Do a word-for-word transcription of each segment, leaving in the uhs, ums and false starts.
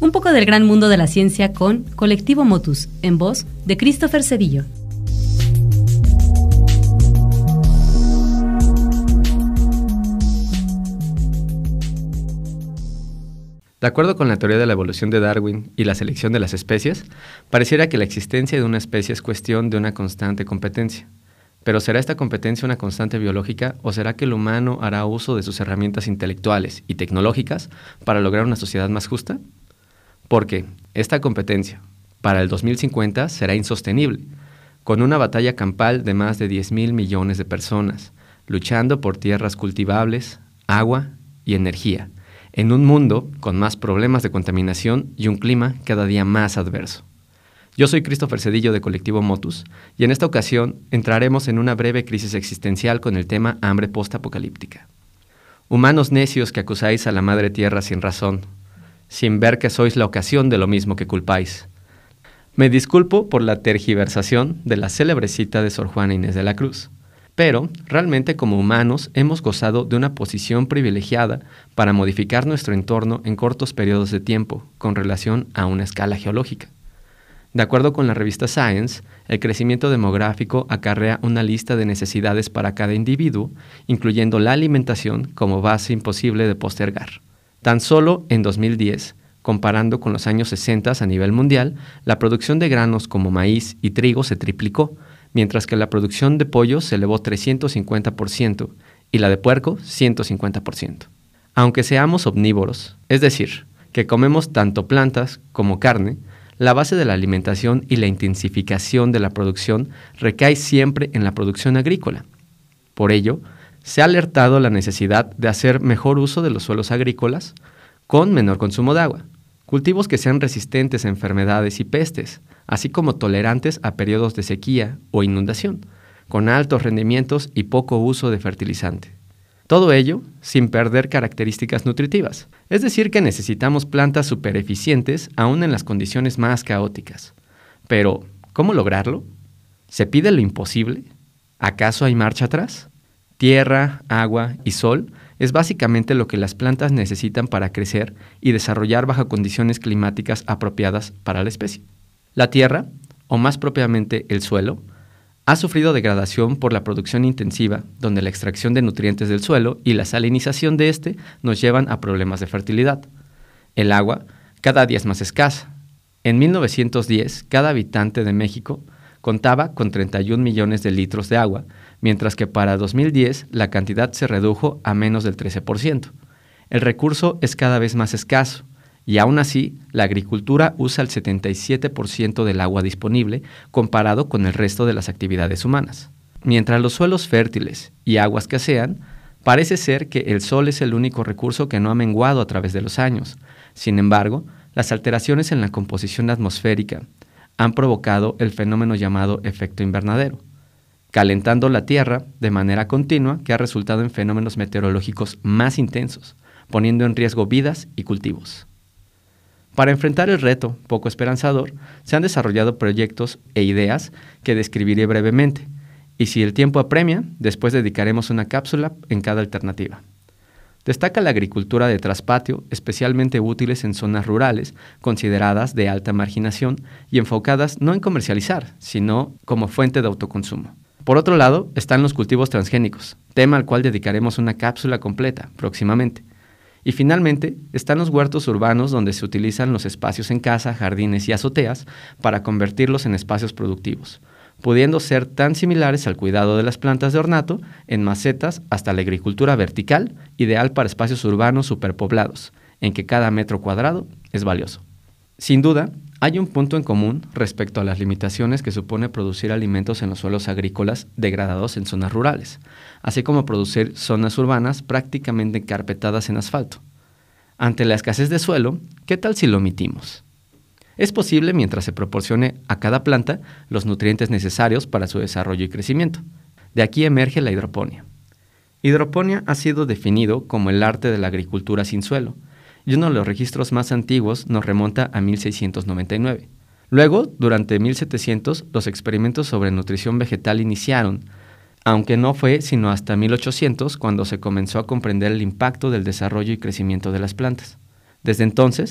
Un poco del gran mundo de la ciencia con Colectivo Motus, en voz de Christopher Cedillo. De acuerdo con la teoría de la evolución de Darwin y la selección de las especies, pareciera que la existencia de una especie es cuestión de una constante competencia. Pero ¿será esta competencia una constante biológica o será que el humano hará uso de sus herramientas intelectuales y tecnológicas para lograr una sociedad más justa? Porque esta competencia, para el dos mil cincuenta, será insostenible, con una batalla campal de más de diez mil millones de personas, luchando por tierras cultivables, agua y energía, en un mundo con más problemas de contaminación y un clima cada día más adverso. Yo soy Christopher Cedillo de Colectivo Motus y en esta ocasión entraremos en una breve crisis existencial con el tema hambre postapocalíptica. Humanos necios que acusáis a la madre tierra sin razón, sin ver que sois la ocasión de lo mismo que culpáis. Me disculpo por la tergiversación de la célebre cita de Sor Juana Inés de la Cruz. Pero, realmente como humanos, hemos gozado de una posición privilegiada para modificar nuestro entorno en cortos periodos de tiempo, con relación a una escala geológica. De acuerdo con la revista Science, el crecimiento demográfico acarrea una lista de necesidades para cada individuo, incluyendo la alimentación como base imposible de postergar. Tan solo en dos mil diez, comparando con los años sesenta a nivel mundial, la producción de granos como maíz y trigo se triplicó, mientras que la producción de pollo se elevó trescientos cincuenta por ciento y la de puerco ciento cincuenta por ciento. Aunque seamos omnívoros, es decir, que comemos tanto plantas como carne, la base de la alimentación y la intensificación de la producción recae siempre en la producción agrícola. Por ello, se ha alertado la necesidad de hacer mejor uso de los suelos agrícolas con menor consumo de agua, cultivos que sean resistentes a enfermedades y pestes, así como tolerantes a periodos de sequía o inundación, con altos rendimientos y poco uso de fertilizante. Todo ello sin perder características nutritivas, es decir que necesitamos plantas supereficientes aún en las condiciones más caóticas. Pero, ¿cómo lograrlo? ¿Se pide lo imposible? ¿Acaso hay marcha atrás? Tierra, agua y sol es básicamente lo que las plantas necesitan para crecer y desarrollar bajo condiciones climáticas apropiadas para la especie. La tierra, o más propiamente el suelo, ha sufrido degradación por la producción intensiva, donde la extracción de nutrientes del suelo y la salinización de éste nos llevan a problemas de fertilidad. El agua cada día es más escasa. En mil novecientos diez, cada habitante de México contaba con treinta y un millones de litros de agua, mientras que para dos mil diez la cantidad se redujo a menos del trece por ciento. El recurso es cada vez más escaso, y aún así, la agricultura usa el setenta y siete por ciento del agua disponible comparado con el resto de las actividades humanas. Mientras los suelos fértiles y agua escasean, parece ser que el sol es el único recurso que no ha menguado a través de los años. Sin embargo, las alteraciones en la composición atmosférica han provocado el fenómeno llamado efecto invernadero, calentando la Tierra de manera continua que ha resultado en fenómenos meteorológicos más intensos, poniendo en riesgo vidas y cultivos. Para enfrentar el reto, poco esperanzador, se han desarrollado proyectos e ideas que describiré brevemente, y si el tiempo apremia, después dedicaremos una cápsula en cada alternativa. Destaca la agricultura de traspatio, especialmente útiles en zonas rurales, consideradas de alta marginación y enfocadas no en comercializar, sino como fuente de autoconsumo. Por otro lado, están los cultivos transgénicos, tema al cual dedicaremos una cápsula completa próximamente. Y finalmente, están los huertos urbanos donde se utilizan los espacios en casa, jardines y azoteas para convertirlos en espacios productivos, pudiendo ser tan similares al cuidado de las plantas de ornato en macetas hasta la agricultura vertical, ideal para espacios urbanos superpoblados, en que cada metro cuadrado es valioso. Sin duda, hay un punto en común respecto a las limitaciones que supone producir alimentos en los suelos agrícolas degradados en zonas rurales, así como producir zonas urbanas prácticamente encarpetadas en asfalto. Ante la escasez de suelo, ¿qué tal si lo omitimos? Es posible mientras se proporcione a cada planta los nutrientes necesarios para su desarrollo y crecimiento. De aquí emerge la hidroponía. Hidroponía ha sido definido como el arte de la agricultura sin suelo, y uno de los registros más antiguos nos remonta a mil seiscientos noventa y nueve. Luego, durante mil setecientos, los experimentos sobre nutrición vegetal iniciaron, aunque no fue sino hasta mil ochocientos cuando se comenzó a comprender el impacto del desarrollo y crecimiento de las plantas. Desde entonces,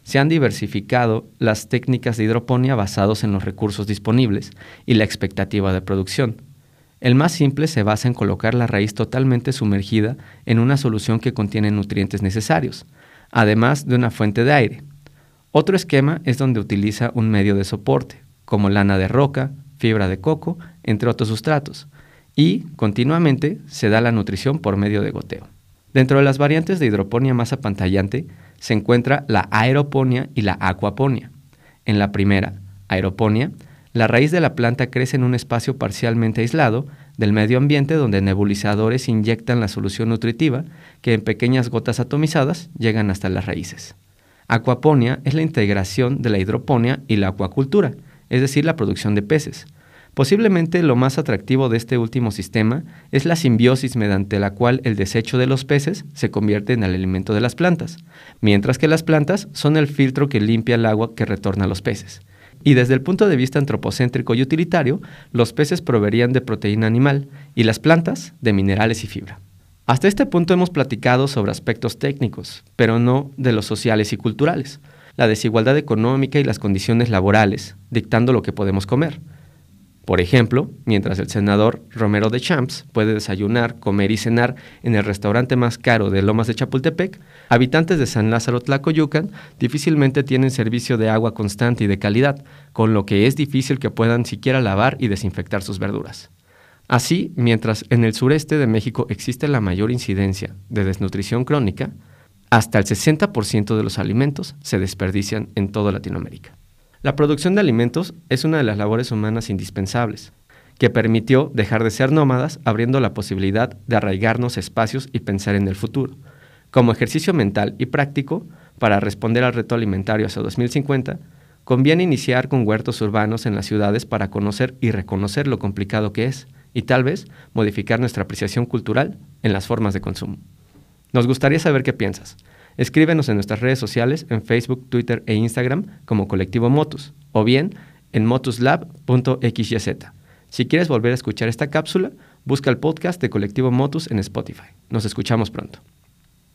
se han diversificado las técnicas de hidroponía basados en los recursos disponibles y la expectativa de producción. El más simple se basa en colocar la raíz totalmente sumergida en una solución que contiene nutrientes necesarios, además de una fuente de aire. Otro esquema es donde utiliza un medio de soporte, como lana de roca, fibra de coco, entre otros sustratos, y continuamente se da la nutrición por medio de goteo. Dentro de las variantes de hidroponía más apantallante se encuentra la aeroponía y la acuaponía. En la primera, aeroponía, la raíz de la planta crece en un espacio parcialmente aislado del medio ambiente donde nebulizadores inyectan la solución nutritiva que en pequeñas gotas atomizadas llegan hasta las raíces. Acuaponía es la integración de la hidroponía y la acuacultura, es decir, la producción de peces. Posiblemente lo más atractivo de este último sistema es la simbiosis mediante la cual el desecho de los peces se convierte en el alimento de las plantas, mientras que las plantas son el filtro que limpia el agua que retorna a los peces. Y desde el punto de vista antropocéntrico y utilitario, los peces proveerían de proteína animal y las plantas de minerales y fibra. Hasta este punto hemos platicado sobre aspectos técnicos, pero no de los sociales y culturales, la desigualdad económica y las condiciones laborales, dictando lo que podemos comer. Por ejemplo, mientras el senador Romero de Champs puede desayunar, comer y cenar en el restaurante más caro de Lomas de Chapultepec, habitantes de San Lázaro Tlacoyucan difícilmente tienen servicio de agua constante y de calidad, con lo que es difícil que puedan siquiera lavar y desinfectar sus verduras. Así, mientras en el sureste de México existe la mayor incidencia de desnutrición crónica, hasta el sesenta por ciento de los alimentos se desperdician en toda Latinoamérica. La producción de alimentos es una de las labores humanas indispensables, que permitió dejar de ser nómadas, abriendo la posibilidad de arraigarnos a espacios y pensar en el futuro. Como ejercicio mental y práctico, para responder al reto alimentario hacia dos mil cincuenta, conviene iniciar con huertos urbanos en las ciudades para conocer y reconocer lo complicado que es, y tal vez modificar nuestra apreciación cultural en las formas de consumo. Nos gustaría saber qué piensas. Escríbenos en nuestras redes sociales en Facebook, Twitter e Instagram como Colectivo Motus, o bien en motuslab punto equis y zeta. Si quieres volver a escuchar esta cápsula, busca el podcast de Colectivo Motus en Spotify. Nos escuchamos pronto.